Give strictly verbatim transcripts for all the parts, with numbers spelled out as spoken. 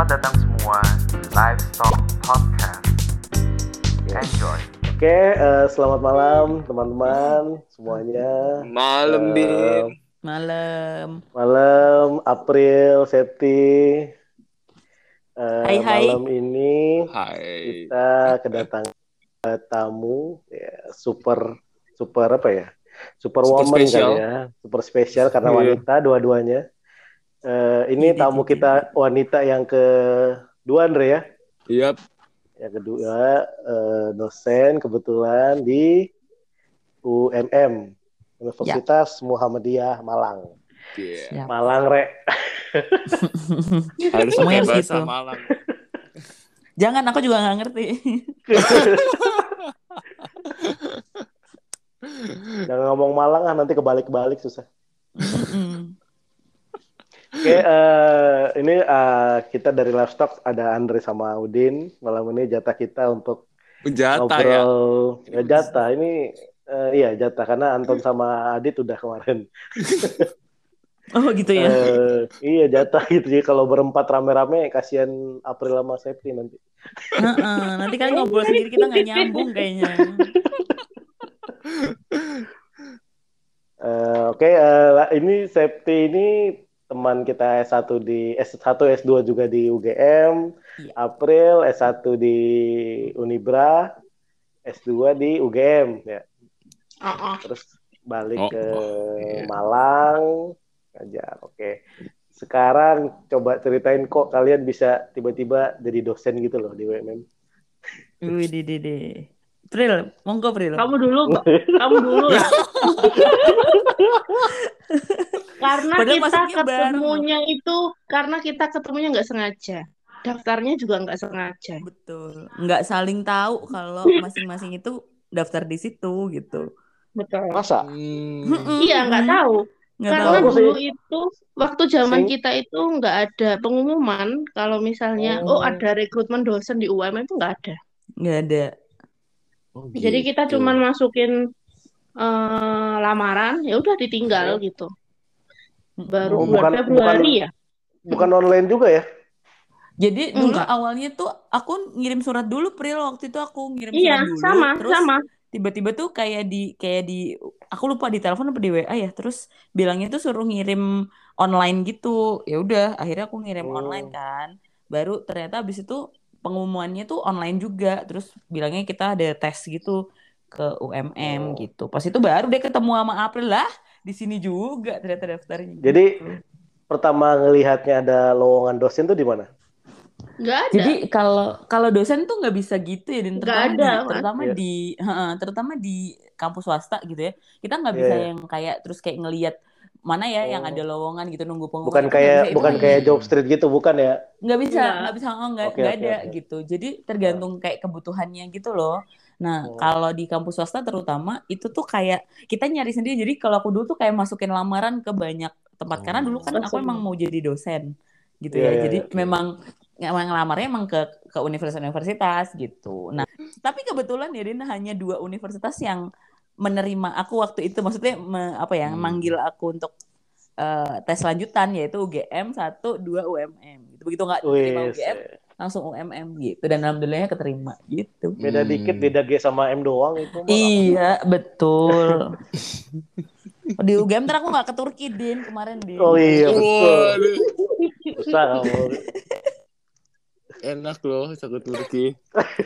Selamat datang semua di Livestock Podcast. Enjoy. Oke, uh, selamat malam teman-teman semuanya. Malam, Uh, Din. Malam. Malam, April, Septi. Uh, Hai, hai. Malam ini Hai. kita kedatangan tamu ya, super super apa ya? Super, Super woman spesial. kan ya, super spesial karena Iya. wanita dua-duanya. Uh, ini Tidak, tamu tidak. kita wanita yang kedua, Andre ya. Yap. Yang kedua uh, dosen kebetulan di U M M Universitas Muhammadiyah Malang. Yeah. Siap. Malang Re. Harus Semuanya pakai bahasa gitu. Malang. Jangan, aku juga nggak ngerti. Jangan ngomong Malang ah, nanti kebalik-balik susah. Mm-mm. Oke, uh, ini uh, kita dari Livestock ada Andre sama Udin. Malam ini jatah kita untuk Jatah ya. ngobrol. Ya, jatah ini uh, iya jatah karena Anton sama Adit udah kemarin. Oh gitu ya. Uh, iya jatah gitu. Jadi kalau berempat rame-rame kasihan April sama Septi nanti. Uh-uh. Nanti kan ngobrol sendiri kita nggak nyambung kayaknya. Uh, Oke, okay, uh, ini Septi ini teman kita S satu di S satu S dua juga di U G M, Iya. April S satu di Unibra, S dua di U G M ya. Oh, oh. Terus balik Oh, ke oh, iya. Malang ngajar. Oke. Okay. Sekarang coba ceritain kok kalian bisa tiba-tiba jadi dosen gitu loh di U M M. Wih, di di di. Pril, monggo Pril. Kamu dulu, Pak. Kamu dulu lah. Karena Padahal kita masuknya ketemunya itu, karena kita ketemunya nggak sengaja. Daftarnya juga nggak sengaja. Betul. Nggak saling tahu kalau masing-masing itu daftar di situ gitu. Betul. Masa? Hmm. Iya, nggak tahu. Nggak Karena tahu. Aku dulu sih- itu, waktu zaman sing- kita itu nggak ada pengumuman. Kalau misalnya, Oh. oh, ada rekrutmen dosen di U M M itu nggak ada. Nggak ada. Oh, Jadi kita gitu. cuman masukin eh, lamaran, ya udah ditinggal gitu. Baru Oh, bulan bukan- Februari bukan- ya. Bukan online juga ya? Jadi dulu Enggak. awalnya tuh aku ngirim surat dulu Pril, waktu itu aku ngirim Iya, surat dulu, sama, terus sama. tiba-tiba tuh kayak di kayak di aku lupa di telepon apa di W A ya, terus bilangnya tuh suruh ngirim online gitu. Ya udah, akhirnya aku ngirim Hmm. online kan. Baru ternyata abis itu pengumumannya tuh online juga, terus bilangnya kita ada tes gitu ke U M M Oh. gitu. Pas itu baru deh ketemu sama April lah, di sini juga ternyata daftarnya. Jadi gitu. pertama ngelihatnya ada lowongan dosen tuh di mana? Nggak ada. Jadi kalau kalau dosen tuh nggak bisa gitu ya, dan Nggak terutama ada, di Mas. terutama Iya. di heeh, terutama di kampus swasta gitu ya. Kita nggak Iya, bisa iya. yang kayak terus kayak ngelihat mana ya yang Oh. ada lowongan gitu, nunggu pengumuman Bukan itu nggak kayak bisa. Itu bukan kan kayak job street gitu, bukan ya? nggak bisa Nggak. nggak bisa oh, nggak Oke, nggak oke, ada oke. gitu. Jadi tergantung kayak kebutuhannya gitu loh. Nah, Oh. kalau di kampus swasta terutama itu tuh kayak kita nyari sendiri. Jadi kalau aku dulu tuh kayak masukin lamaran ke banyak tempat karena dulu kan Oh, aku emang semua. mau jadi dosen gitu Iya, ya. iya, Jadi iya. memang emang ngelamarnya emang ke ke universitas-universitas gitu. Nah, tapi kebetulan ya Din, hanya dua universitas yang menerima aku waktu itu, maksudnya me- apa ya, Hmm. manggil aku untuk eh, tes lanjutan, yaitu U G M satu, dua U M M gitu. Begitu nggak diterima Wih, U G M langsung U M M gitu, dan alhamdulillahnya keterima gitu. beda Hmm. dikit, beda G sama M doang itu mah nggak apa-apa. Iya, betul. Di U G M ntar aku nggak ke Turki Din kemarin Din. Oh iya betul. Waduh, Susah kamu. enak loh ke Turki.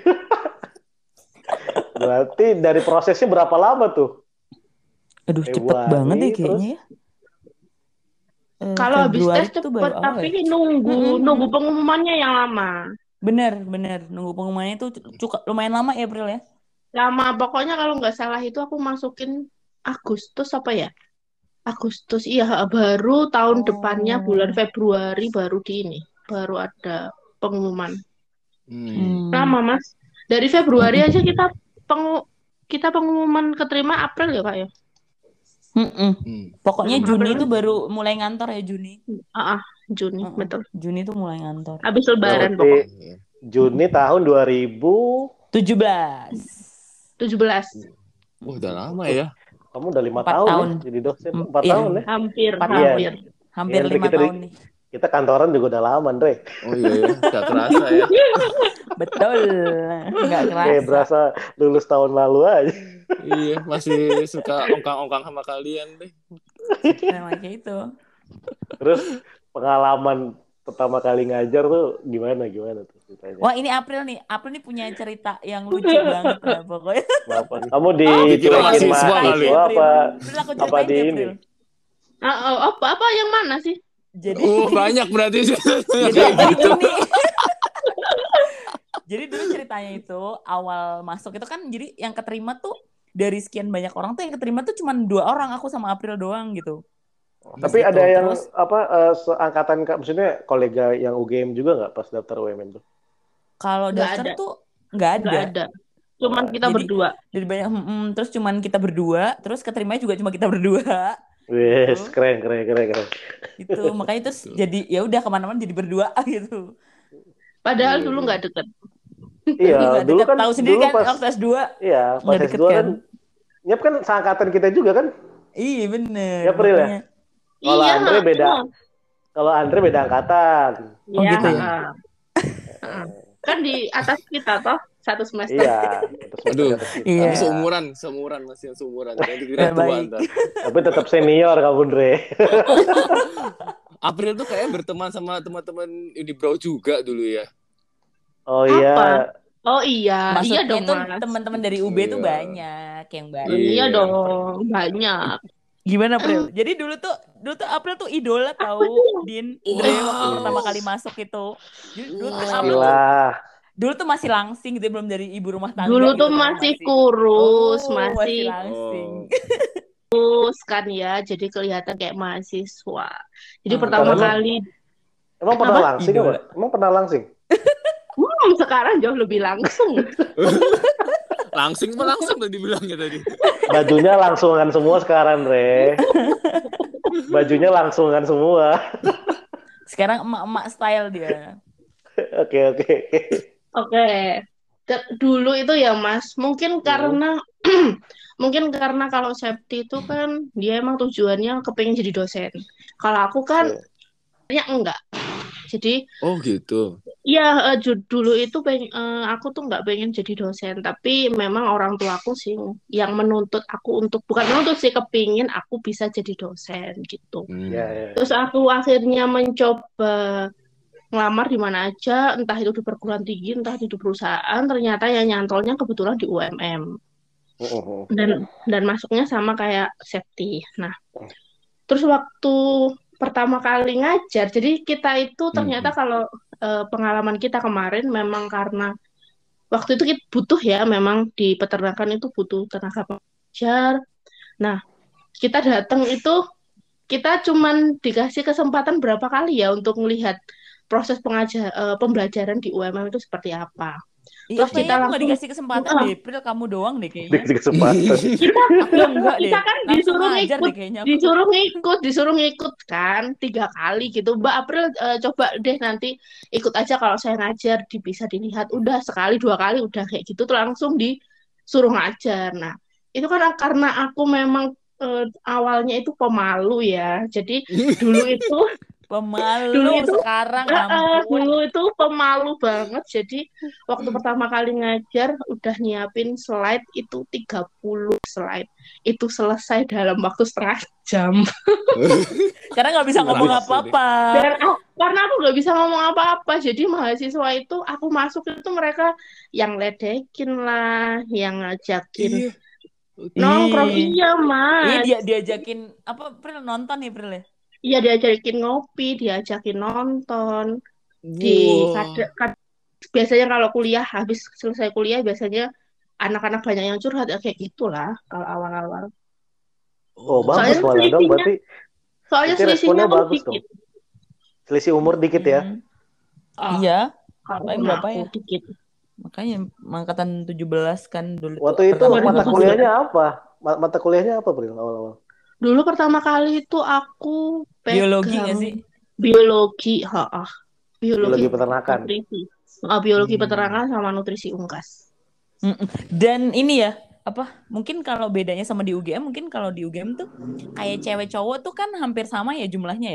Berarti dari prosesnya berapa lama tuh? Aduh, cepet Februari, banget deh terus? kayaknya ya. Eh, Kalau habis Februari tes tuh baru cepet, awal tapi ya. nunggu Mm-mm. nunggu pengumumannya yang lama. Bener, bener. Nunggu pengumumannya itu cukup lumayan lama ya, April ya. Lama, pokoknya kalau nggak salah itu aku masukin Agustus apa ya? Agustus, iya baru tahun Oh. depannya bulan Februari baru di ini, baru ada pengumuman. Hmm. Hmm. Lama Mas. Dari Februari aja kita pengu kita pengumuman keterima April ya Kak ya? Mm-mm. Hmm. Pokoknya Hmm, Juni April. itu baru mulai ngantor ya, Juni. Ah, ah, Juni, Uh-uh. betul. Juni tuh mulai ngantor. Habis lebaran Berarti pokoknya. Juni tahun dua ribu tujuh belas. tujuh belas. Wah, udah lama ya. Kamu udah lima Empat tahun, tahun. ya jadi dosen Mm, empat iya. tahun ya? Hampir, Empat Iya. hampir. Hampir Iya, lima kita di- tahun nih. Kita kantoran juga udah lama, Andre. Oh iya ya, gak kerasa ya. Betul. Nggak Kayak kerasa. berasa lulus tahun lalu aja. Iya, masih suka ongkang-ongkang sama kalian deh. Memang kayak itu. Terus pengalaman pertama kali ngajar tuh gimana gimana tuh ceritanya? Wah, ini April nih. April nih punya cerita yang lucu banget ya pokoknya. Kenapa nih? Kamu Dikira dicuekin mahasiswa mahasiswa kali. apa? April, aku Apa ceritain di ya, ini? April. Ah, oh, apa apa yang mana sih? Jadi Oh, banyak berarti sih. jadi Kayak jadi gitu. gini. Jadi dulu ceritanya itu awal masuk itu kan jadi yang keterima tuh dari sekian banyak orang tuh yang keterima tuh cuma dua orang, aku sama April doang gitu. Tapi Gitu. ada yang Terus apa eh, seangkatan Kak, maksudnya kolega yang U G M juga nggak pas daftar U M M tuh? kalau Nggak daftar ada. tuh nggak ada. Nggak ada. Cuman kita Jadi berdua. dari banyak mm, terus cuman kita berdua, terus keterimanya juga cuma kita berdua. Wes, Gitu. keren keren keren keren. Itu makanya terus jadi ya udah kemana-mana jadi berdua gitu. Padahal Iya, dulu iya. nggak deket. Iya, Nggak dulu deket. kan Tahu sendiri dulu kan pas waktu S dua iya, pas nggak S deket dua kan. kan Nyap kan seangkatan kita juga kan? Iya bener. Ya, April ya? Makanya. Kalau Iya. Andre beda. oh. Kalau Andre beda angkatan. Oh, Iya. gitu ya? ah. Ah. Kan di atas kita toh satu semester. Iya, terus Aduh. atas kita. Iya. Tapi seumuran, seumuran masih seumuran. Jadi Ya, kira tua baik. ntar. Tapi tetap senior kamu, Andre. April tuh kayak berteman sama teman-teman Unibrow juga dulu ya. Oh Apa? iya. Oh iya, Maksudnya iya dong itu Mas. teman-teman dari U B tuh Iya. banyak yang baik. Iya. Iya dong, banyak. Gimana, April? Jadi dulu tuh dulu tuh April tuh idola tahu Din, Dre waktu Wow. pertama kali masuk itu. Jadi dulu tuh April tuh Gila. dulu tuh masih langsing gitu, belum dari ibu rumah tangga Dulu gitu tuh kan, masih kurus, Oh, masih masih langsing. kurus kan ya, jadi kelihatan kayak mahasiswa. Jadi Hmm. pertama Kalau- kali, Emang pernah Apa? langsing Idola. apa? Emang pernah langsing? hmm, sekarang jauh lebih langsung. Langsing apa langsung tadi bilangnya tadi. Bajunya langsungan semua sekarang, Re. Bajunya langsungan semua. Sekarang emak-emak style dia. Oke, oke, oke. Oke, Ke- dulu itu ya Mas, mungkin karena mungkin karena kalau Septi itu kan dia emang tujuannya kepengen jadi dosen. Kalau aku kan Oke. ternyata enggak. Jadi Oh gitu. ya eh, ju- dulu itu peng- eh, aku tuh nggak pengen jadi dosen, tapi memang orang tua aku sih yang menuntut aku untuk bukan menuntut sih kepingin aku bisa jadi dosen gitu. Hmm. Ya, ya. Terus aku akhirnya mencoba ngelamar di mana aja, entah itu di perguruan tinggi, entah itu di perusahaan, ternyata yang nyantolnya kebetulan di U M M Uh-uh. dan dan masuknya sama kayak Septi. Nah, terus waktu pertama kali ngajar, jadi kita itu ternyata kalau eh, pengalaman kita kemarin memang karena waktu itu kita butuh ya, memang di peternakan itu butuh tenaga pengajar. Nah, kita datang itu kita cuman dikasih kesempatan berapa kali ya untuk melihat proses pengajar eh, pembelajaran di U M M itu seperti apa. Iya, Terus kayaknya kita aku nggak langsung- dikasih kesempatan Ah. deh, April kamu doang deh kayaknya. Dikasih kesempatan. Kita Aku loh, enggak deh. kita kan Langsung disuruh ngajar ngikut deh kayaknya aku. disuruh ngikut, disuruh ngikut kan tiga kali gitu. Mbak April eh, coba deh nanti ikut aja kalau saya ngajar, di, bisa dilihat. Udah sekali dua kali udah kayak gitu, tuh langsung disuruh ngajar. Nah itu kan karena aku memang eh, awalnya itu pemalu ya. Jadi dulu itu Pemalu Dulu itu- sekarang eh, eh, ampun. dulu itu pemalu banget. Jadi waktu pertama kali ngajar udah nyiapin slide itu tiga puluh slide. Itu selesai dalam waktu setengah jam. Karena nggak bisa ngomong Nggak bisa apa-apa. Dan aku- karena aku nggak bisa ngomong apa-apa, jadi mahasiswa itu aku masuk itu mereka yang ledekin lah, yang ngajakin Iya. nongkrong. Ih. Iya Iya mas, dia diajakin apa April nonton nih April ya? iya diajakin ngopi, diajakin nonton. Di Wow. kad- kad- biasanya kalau kuliah habis selesai kuliah biasanya anak-anak banyak yang curhat ya kayak gitulah kalau awal-awal. Oh, Soalnya bagus malah dong. selisihnya- Berarti Soalnya Berarti selisihnya responnya tuh bagus dikit. selisih umur dikit ya. Hmm. Oh, Iya, kalau paling sama berapa aku ya? dikit. makanya angkatan tujuh belas kan dulu tuh Waktu itu pertama dua ribu mata tujuh belas. kuliahnya apa? Ma- Mata kuliahnya apa, Bril? Awal-awal. Dulu pertama kali itu aku biologi pegang nggak sih? biologi, ha, Biologi biologi peternakan. nutrisi. Ah, biologi Hmm. peternakan sama nutrisi ungkas. Mm-mm. Dan ini ya apa mungkin kalau bedanya sama di U G M mungkin kalau di U G M tuh kayak cewek cowok tuh kan hampir sama ya jumlahnya ya.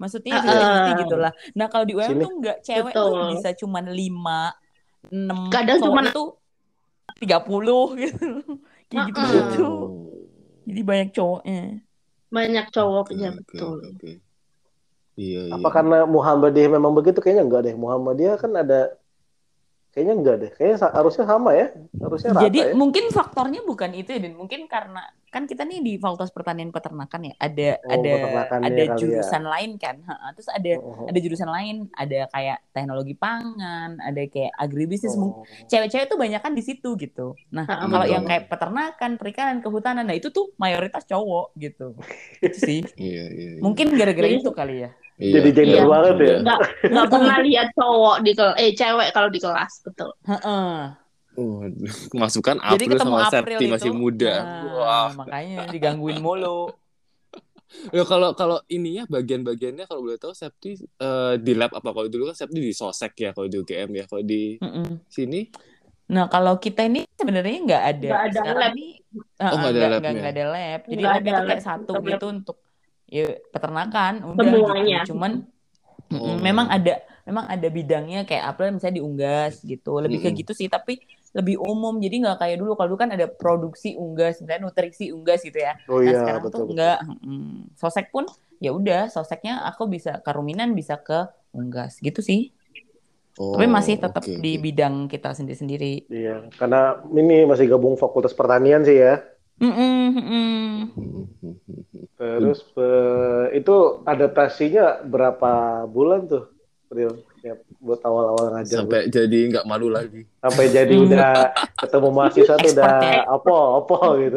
Maksudnya Ah, fifty-fifty ah, gitu lah. Nah kalau di U M Sini. tuh enggak, cewek tuh betul. bisa cuman lima, enam, Kadang cuma cowoknya tuh tiga puluh gitu. Kayak gitu-gitu. Heeh. Oh. Jadi banyak cowoknya. banyak Oke, cowoknya, oke, betul. oke. Iya, iya, Apa iya. karena Muhammadiyah memang begitu? Kayaknya enggak deh. Muhammadiyah kan ada, kayaknya enggak deh. Kayaknya sa- harusnya sama ya. Harusnya rata Jadi ya. mungkin faktornya bukan itu ya, dan mungkin karena kan kita nih di Fakultas Pertanian Peternakan ya, ada Oh, ada peternakannya ada kali ya. jurusan lain kan. Ha-ha. Terus ada Oh, ada jurusan lain, ada kayak teknologi pangan, ada kayak agribisnis. Mung- oh. Cewek-cewek tuh banyak kan di situ gitu. Nah, Ah, kalau yang betul. kayak peternakan, perikanan, kehutanan, nah itu tuh mayoritas cowok gitu. Itu sih. Iya, iya, iya. Mungkin gara-gara Jadi itu kali ya. Iya, Jadi gender iya, banget ya. iya. nggak nggak pernah lihat cowok di kelas, eh cewek kalau di kelas, betul. Heeh. Oh, masukkan Jadi April ketemu sama April Septi itu, masih muda. Wah. nah, makanya digangguin mulu. Ya kalau kalau ininya bagian-bagiannya kalau boleh tahu Septi eh, di lab apa? Kalau dulu kan Septi di Sosek ya, kalau di U G M ya. Kalau di Mm-mm. sini Nah, kalau kita ini sebenarnya nggak ada. Nggak ada Sekarang lab, ini oh uh, nggak ada nggak nggak labnya. nggak ada lab. Jadi nggak lab ada itu lab, kayak satu tetap lab gitu untuk ya peternakan, udah gitu. semuanya. Cuman mm-mm, memang Oh. ada memang ada bidangnya kayak apa misalnya di unggas gitu. Lebih ke Mm-mm. gitu sih, tapi lebih umum. Jadi nggak kayak dulu. Kalau dulu kan ada produksi unggas, misalnya nutrisi unggas gitu ya. Oh Nah, iya, sekarang tuh betul betul. enggak. Mm, Sosek pun ya udah, soseknya aku bisa ke ruminan, bisa ke unggas gitu sih. Tapi masih Oh, tetap oke, di oke. bidang kita sendiri-sendiri. Iya, karena ini masih gabung Fakultas Pertanian sih ya. Mm-mm, mm-mm. Terus eh, itu adaptasinya berapa bulan tuh, Pril? Ya, buat awal-awal ngajar tuh. Sampai jadi nggak malu lagi. Sampai jadi Hmm, udah ketemu mahasiswa tuh udah expert ya. apa apa gitu.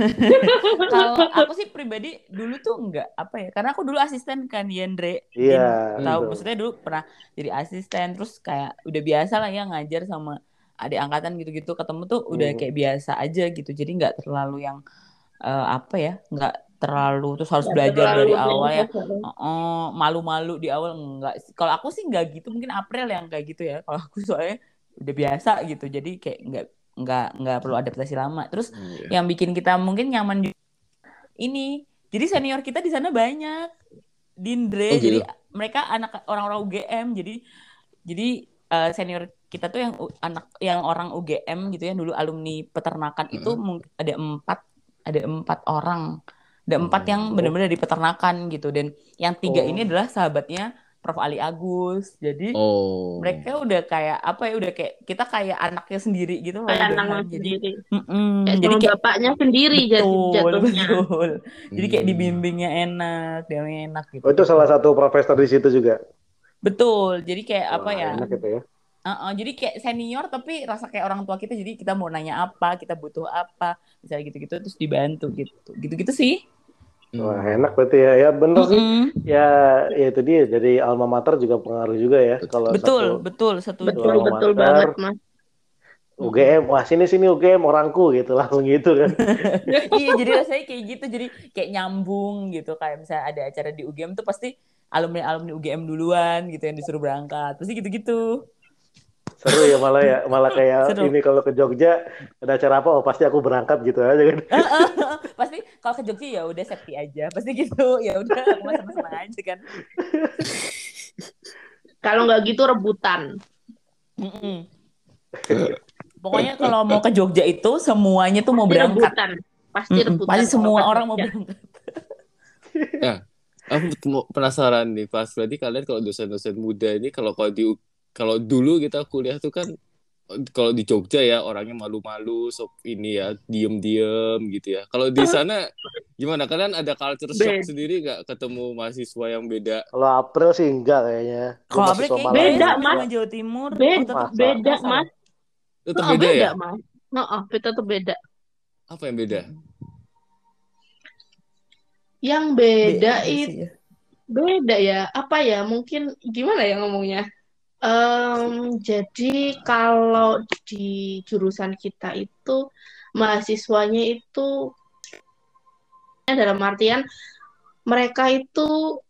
Kalau aku sih pribadi dulu tuh enggak apa ya, karena aku dulu asisten kan Yandre, Iya, Din tahu, betul. maksudnya dulu pernah jadi asisten, terus kayak udah biasa lah ya ngajar sama adik angkatan gitu-gitu, ketemu tuh udah Hmm. kayak biasa aja gitu, jadi nggak terlalu yang eh, apa ya, nggak terlalu terus harus Nggak belajar terlalu dari awal ya, belajar. oh, malu-malu di awal enggak sih. Kalau aku sih nggak gitu, mungkin April yang kayak gitu ya. Kalau aku soalnya udah biasa gitu, jadi kayak nggak nggak nggak perlu adaptasi lama. Terus Iya. yang bikin kita mungkin nyaman juga ini, jadi senior kita di sana banyak, Dindre, Oh jadi gitu. mereka anak orang-orang U G M, jadi jadi eh, senior kita tuh yang u- anak yang orang U G M gitu ya, dulu alumni peternakan itu Heeh. mung- ada empat ada empat orang, ada empat yang Oh. benar-benar di peternakan gitu, dan yang tiga ini Oh, adalah sahabatnya Prof Ali Agus, jadi Oh. mereka udah kayak apa ya, udah kayak kita kayak anaknya sendiri gitu loh, Kayak udahan. anaknya Jadi sendiri. mm-mm, Kayak jadi sama kayak bapaknya sendiri jadi betul jatuhnya. betul, jadi kayak Hmm. dibimbingnya enak, dia enak gitu oh itu gitu. salah satu profesor di situ juga. Betul, jadi kayak apa Wah, ya? enak itu ya. Uh-uh, jadi kayak senior tapi rasa kayak orang tua kita, jadi kita mau nanya apa, kita butuh apa, misalnya gitu-gitu terus dibantu gitu, gitu-gitu sih. Wah, Hmm. enak berarti ya. Ya bener sih. Mm-mm. Ya, ya itu dia. Dari alma mater juga pengaruh juga ya. Kalau Betul, satu betul, satu setuju. Betul, alma betul mater, banget, Mas. U G M, wah sini sini U G M orangku gitu, langsung gitu kan. Iya, jadi rasanya kayak gitu, jadi kayak nyambung gitu, kayak misalnya ada acara di U G M tuh pasti alumni alumni U G M duluan gitu yang disuruh berangkat, pasti gitu-gitu. Seru ya malah ya, malah kayak Seru. ini kalau ke Jogja ada acara apa, oh pasti aku berangkat gitu aja kan. Pasti kalau ke Jogja ya udah Septi aja, pasti gitu, ya udah aku mah seneng-seneng aja kan. Kalau nggak gitu rebutan. Mm-mm. Pokoknya kalau mau ke Jogja itu semuanya tuh mau Pasti berangkat. rebutan. Pasti Mm-mm, rebutan. pasti kalau semua ke orang mau Jogja. berangkat. Ya, aku mau- penasaran nih, pas berarti kalian kalau dosen-dosen muda ini kalau kalau di kalau dulu kita kuliah tuh kan kalau di Jogja ya orangnya malu-malu, sok ini ya diem-diem gitu ya. Kalau di sana gimana? Kalian ada culture shock Beda. sendiri nggak ketemu mahasiswa yang beda? Kalau April sih enggak kayaknya. Dia Kalau April mahasiswa kayak Malang Beda, beda juga. Mas. sama Jawa Timur. Beda. Oh, tetap Masa? Beda, masa Mas. Tetap Oh, beda beda, ya? Mas. Oh, beda tuh beda. Apa yang beda? Yang beda Beda itu sih ya. beda ya. Apa ya? Mungkin gimana ya ngomongnya? Em, jadi kalau di jurusan kita itu mahasiswanya itu dalam artian mereka itu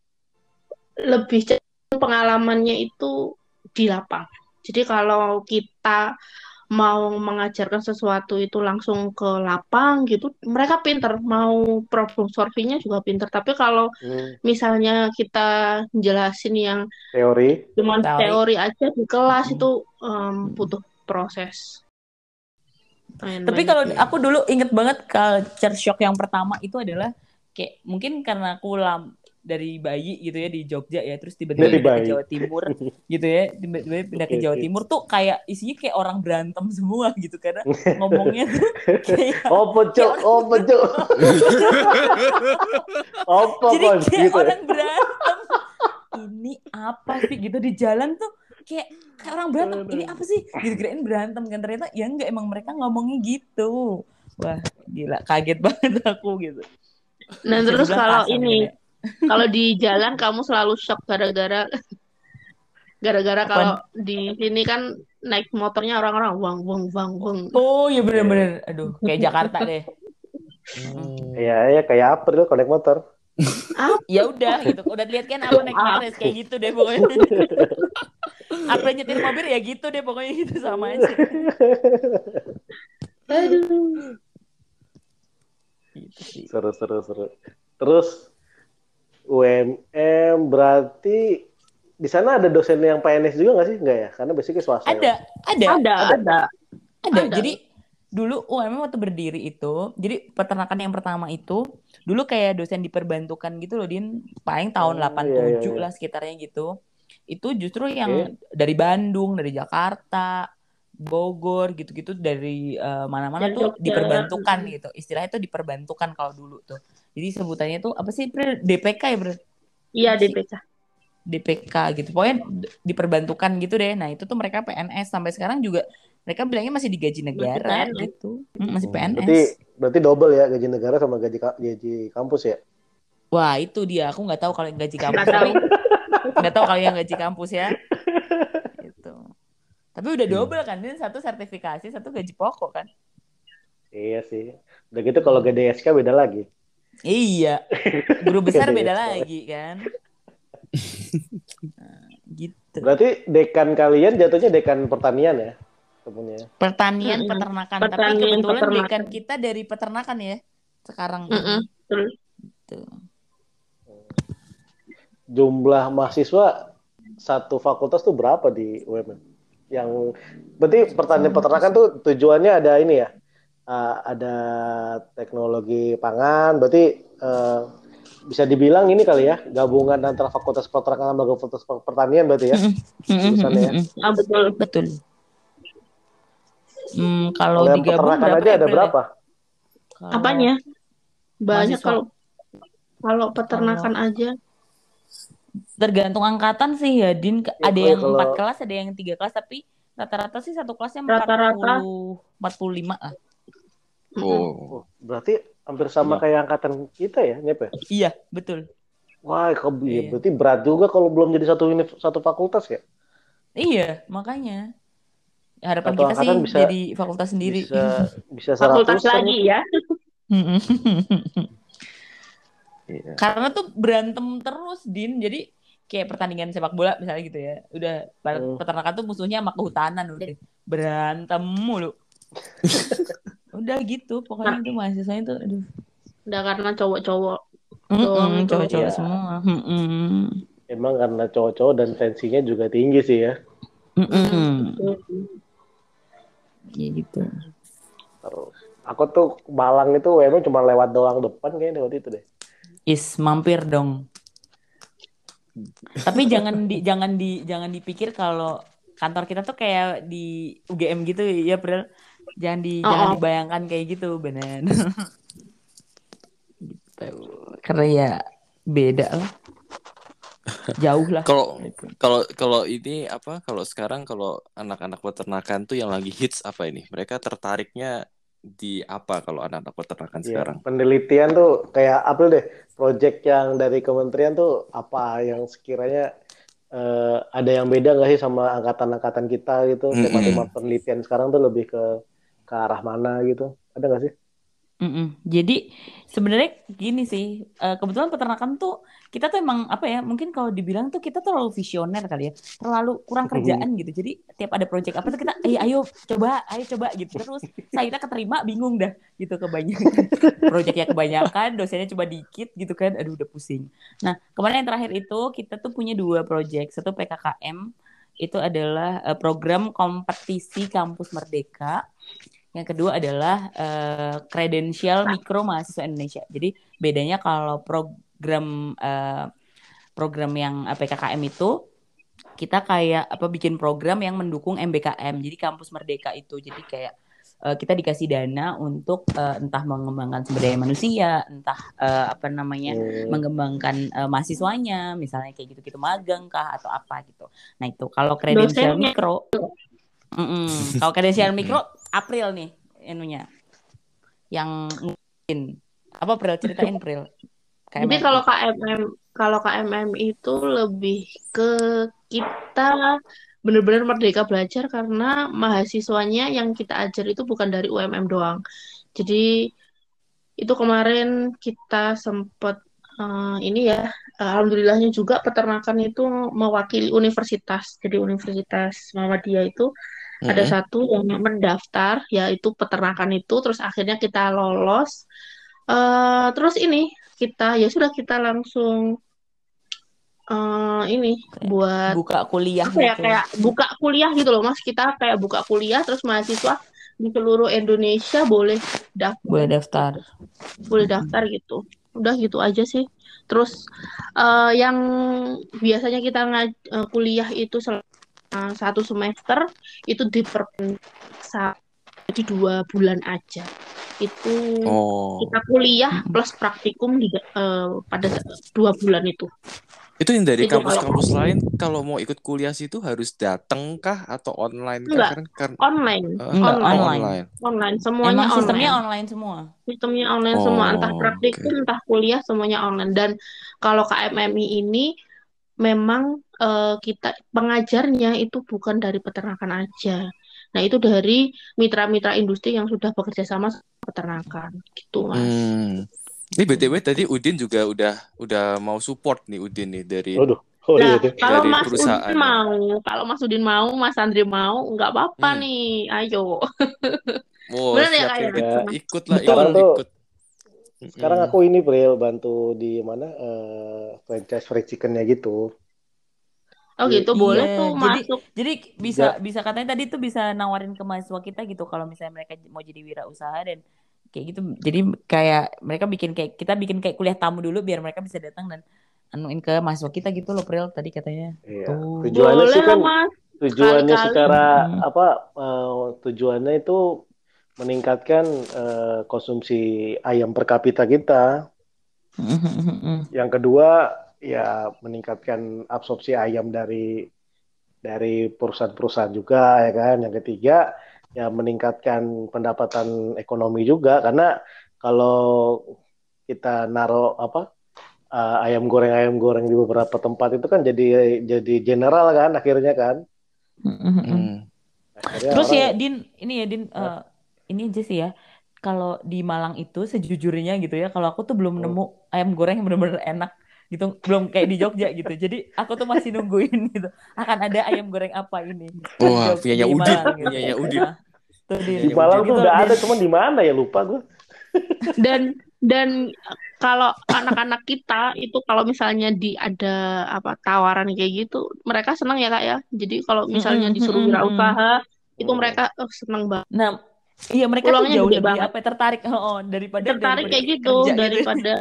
lebih cenderung pengalamannya itu di lapang. Jadi kalau kita mau mengajarkan sesuatu itu langsung ke lapang gitu, mereka pinter. Mau problem solvingnya juga pinter. Tapi kalau Hmm, misalnya kita jelasin yang teori. cuman Teori. teori aja di kelas Mm. itu em, butuh proses. Main Tapi banyak. kalau Iya. aku dulu inget banget culture shock yang pertama itu adalah kayak mungkin karena aku lam dari bayi gitu ya di Jogja ya, terus tiba-tiba Dari pindah ke bayi. Jawa Timur gitu ya, tiba-tiba pindah ke Oke, Jawa oke. Timur tuh kayak isinya kayak orang berantem semua gitu karena ngomongnya tuh kayak Opo kayak cuk, orang opo cuk. Opo jadi kon kayak gitu ya. orang berantem. Ini apa sih gitu di jalan tuh kayak kayak orang berantem. Ini apa sih? Gitu kirain berantem kan ternyata ya enggak emang mereka ngomongnya gitu. Wah, gila kaget banget aku gitu. Nah, Bisa terus dibilang kalau kasar mungkin ini, ya. kalau di jalan kamu selalu shock gara-gara gara-gara kalau Apaan? di sini kan naik motornya orang-orang wang wang wang wang. Oh iya Iya. bener-bener. Aduh kayak Jakarta deh. Hmm. Iya, ya kayak apa tuh kalau naik motor. Ah, Ya udah gitu. Udah lihat kan aku naik motor ya kayak gitu deh pokoknya. Aku nyetir mobil ya gitu deh pokoknya gitu sama aja. aduh. Gitu sih. Seru, seru, seru. Terus U M M berarti di sana ada dosen yang P N S juga nggak sih? Nggak ya? Karena basicnya swasta Ada, ya. ada, Ada, Ada. ada. ada. Ada. Jadi dulu U M M waktu berdiri itu, jadi peternakan yang pertama itu dulu kayak dosen diperbantukan gitu loh, Din. Paling tahun Oh, delapan iya, puluh iya, tujuh iya. lah sekitarnya gitu. Itu justru Oke. yang dari Bandung, dari Jakarta, Bogor gitu-gitu dari eh, mana-mana Dan tuh Jogja. diperbantukan gitu. Istilahnya tuh diperbantukan kalau dulu tuh. Jadi sebutannya tuh apa sih? Bre? D P K ya, Bro? Iya, Apa sih? D P K. D P K gitu. Pokoknya d- diperbantukan gitu deh. Nah, itu tuh mereka P N S sampai sekarang juga mereka bilangnya masih digaji Masih negara P N S. gitu. Hmm, masih Hmm. Berarti P N S. berarti double ya gaji negara sama gaji ka- gaji kampus ya? Wah, itu dia. Aku nggak tahu kalau yang gaji Nggak kampus, tahu. tapi nggak tahu kalau yang gaji kampus ya. Gitu. Tapi udah Hmm. double kan, Din? Satu sertifikasi, satu gaji pokok kan? Iya sih. Udah gitu kalau G D S K beda lagi. Iya. Guru besar beda G D S K. lagi kan? Nah, gitu. Berarti dekan kalian jatuhnya dekan pertanian ya? Temennya. Pertanian, Mm-mm. peternakan. Tapi Pertanian, kebetulan peternakan. dekan kita dari peternakan ya sekarang Mm-mm. ini. Betul. Tuh. Jumlah mahasiswa satu fakultas tuh berapa di U M M? Yang berarti pertanian peternakan tuh tujuannya ada ini ya? Uh, ada teknologi pangan, berarti uh, bisa dibilang ini kali ya, gabungan antara fakultas peternakan sama fakultas pertanian berarti ya? Jurusannya ya? Ah, betul. Betul. Hmm, kalau Kalau yang digabung peternakan berapa aja ya, ada April? berapa? Kalau Apanya? Banyak mahasiswa. kalau kalau peternakan aja. Tergantung angkatan sih ya, Din. Ya, Ada oh ya, yang kalau empat kelas, ada yang tiga kelas, tapi rata-rata sih satu kelasnya empat Rata-rata. puluh, empat puluh lima lah. Mm-mm. Oh. oh, berarti hampir sama Ya. kayak angkatan kita ya, Nyep ya? Iya, betul. Wah, ke- ya, Iya. berarti berat juga kalau belum jadi satu univ- satu fakultas ya? Iya, makanya. Harapan Satu kita sih angkatan bisa jadi fakultas sendiri. bisa bisa Fakultas seratusan lagi itu. ya. Iya. Karena tuh berantem terus, Din. Jadi kayak pertandingan sepak bola misalnya gitu ya. Udah Hmm. peternakan tuh musuhnya sama kehutanan udah berantem mulu. Udah gitu, pokoknya itu mahasiswanya tuh aduh. Udah karena cowok-cowok Mm-mm, doang tuh. cowok-cowok Iya. semua. Mm-mm. Emang karena cowok-cowok dan tensinya juga tinggi sih ya. Mm-mm. Betul. Ya gitu. Terus aku tuh Malang itu emang cuma lewat doang depan kayaknya waktu itu deh. Is mampir dong. Tapi jangan di jangan di jangan dipikir kalau kantor kita tuh kayak di U G M gitu ya, Prel. Jangan di Oh, jangan oh. dibayangkan kayak gitu, bener. Gitu. Karena ya beda lah. Jauh lah. Kalau kalau kalau ini apa? Kalau sekarang kalau anak-anak peternakan tuh yang lagi hits apa ini? Mereka tertariknya di apa kalau anak-anak peternakan Iya, sekarang? penelitian tuh kayak apa deh? Project yang dari kementerian tuh apa yang sekiranya eh, ada yang beda nggak sih sama angkatan-angkatan kita gitu? Mm-mm. Tema-tema penelitian sekarang tuh lebih ke ke arah mana gitu? Ada nggak sih? Mm-mm. Jadi sebenarnya gini sih, eh, kebetulan peternakan tuh kita tuh emang apa ya? Mungkin kalau dibilang tuh kita tuh terlalu visioner kali ya, terlalu kurang kerjaan gitu. Jadi tiap ada project apa tuh kita, eh ayo coba, ayo coba gitu. Terus saya keterima bingung dah gitu kebanyakan projectnya kebanyakan, dosennya cuma dikit gitu kan, aduh udah pusing. Nah kemarin yang terakhir itu kita tuh punya dua project, satu P K K M itu adalah eh, program kompetisi kampus merdeka. Yang kedua adalah eh, kredensial mikro mahasiswa Indonesia. Jadi bedanya kalau program eh, program yang eh, P K K M itu kita kayak apa bikin program yang mendukung M B K M. Jadi kampus merdeka itu. Jadi kayak eh, kita dikasih dana untuk eh, entah mengembangkan sumber daya manusia, entah eh, apa namanya Hmm. mengembangkan eh, mahasiswanya, misalnya kayak gitu-gitu magang kah atau apa gitu. Nah itu kalau kredensial Dosennya. mikro, mm-mm. Kalau kredensial Mm-mm. mikro April nih enunya yang ngin apa Pril ceritain Pril Jadi K M M I. kalau K M M, kalau K M M itu lebih ke kita benar-benar merdeka belajar karena mahasiswanya yang kita ajar itu bukan dari U M M doang. Jadi itu kemarin kita sempat eh, ini ya, alhamdulillahnya juga peternakan itu mewakili universitas. Jadi Universitas Muhammadiyah itu ada Mm-mm. satu yang mendaftar, yaitu peternakan itu, terus akhirnya kita lolos. Eh, terus ini kita ya sudah kita langsung eh, ini Kayak buat buka kuliah apa ya gitu kayak buka kuliah gitu loh Mas. Kita kayak buka kuliah terus mahasiswa di seluruh Indonesia boleh daftar boleh daftar. gitu. Boleh daftar gitu. Udah gitu aja sih. Terus eh, yang biasanya kita ngaj- eh, kuliah itu sel- eh, satu semester itu diperpanjang jadi dua bulan aja. Itu Oh, kita kuliah Mm-mm. plus praktikum di, eh, pada dua bulan itu. itu yang dari Itu kalau kampus-kampus lain kalau mau ikut kuliah situ harus datang kah atau online kah? enggak Kan kan online, eh, Enggak oh online, online. online. online, semuanya Emang sistemnya online. online semua. Sistemnya online semua, entah Oh, oke. praktikum, entah kuliah, semuanya online. Dan kalau K M M I ini memang eh, kita pengajarnya itu bukan dari peternakan aja. Nah, itu dari mitra-mitra industri yang sudah bekerja sama sama peternakan, gitu, Mas. Hmm. Ini B T W tadi Udin juga udah udah mau support nih Udin nih dari Waduh. Oh iya Nah, deh. kalau dari Mas Udin perusahaannya. mau, kalau Mas Udin mau, Mas Andri mau, nggak apa-apa Hmm. nih, ayo. Oh, Bener ya siap Kak siap ya? Ya, ikut lah sekarang ikut tuh ikut. sekarang Mm-mm. aku ini Bril bantu di mana eh, franchise fried chickennya gitu. Oh Jadi, gitu, boleh Iya, tuh jadi masuk. jadi bisa ja- bisa katanya tadi tuh bisa nawarin ke mahasiswa kita gitu kalau misalnya mereka mau jadi wirausaha dan kayak gitu. Jadi kayak mereka bikin kayak kita bikin kayak kuliah tamu dulu biar mereka bisa datang dan anuin ke mahasiswa kita gitu loh Pril tadi katanya. iya. Tuh. Tujuannya Boleh sih lah kan Mas, tujuannya sekali-kali. secara Mm-mm. apa eh, tujuannya itu meningkatkan eh, konsumsi ayam per kapita kita. Mm-mm. Yang kedua ya meningkatkan absorpsi ayam dari dari perusahaan-perusahaan juga ya kan. Yang ketiga ya meningkatkan pendapatan ekonomi juga karena kalau kita naruh apa eh, ayam goreng ayam goreng di beberapa tempat itu kan jadi jadi general kan akhirnya kan. Mm-mm. Hmm. Akhirnya Terus orang ya Din, ini ya Din, eh, eh, ini aja sih ya. Kalau di Malang itu sejujurnya gitu ya, kalau aku tuh belum hmm. nemu ayam goreng yang bener-bener enak gitu, belum kayak di Jogja gitu. Jadi aku tuh masih nungguin gitu. Akan ada ayam goreng apa ini di Wah, Jog punyanya di Udin, Malang gitu. punyanya Udin, Nah, tuh Din. Di punyanya Malang Udin. tuh Gitu udah Din. ada cuman di mana ya lupa gue. Dan dan kalau anak-anak kita itu kalau misalnya di ada apa tawaran kayak gitu, mereka senang ya Kak ya. Jadi kalau misalnya Mm-mm, disuruh mm-mm, mm. wirausaha, itu Hmm. mereka oh, senang banget. Nah, iya mereka tuh Peluangnya jauh gede lebih banget. apa ya, tertarik oh, daripada Tertarik daripada kayak kayak gitu kerja gitu. daripada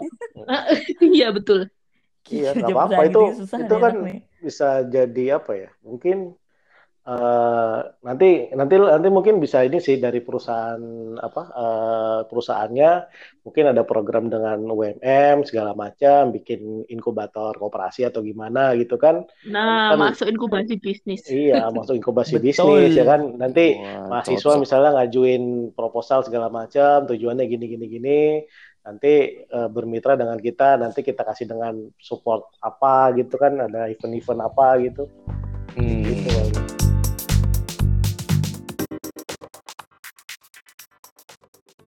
iya betul. Iya nggak Kerja apa-apa perusahaan itu gitu susah itu nih kan anak nih. bisa jadi apa ya mungkin eh, nanti nanti nanti mungkin bisa ini sih dari perusahaan apa eh, perusahaannya mungkin ada program dengan U M M segala macam bikin inkubator koperasi atau gimana gitu kan Nah, kan masuk inkubasi bisnis. iya masuk inkubasi Betul. bisnis ya kan nanti Wah, mahasiswa cocok. misalnya ngajuin proposal segala macam tujuannya gini gini gini nanti eh, bermitra dengan kita nanti kita kasih dengan support apa gitu kan ada event-event apa gitu Hmm. gitu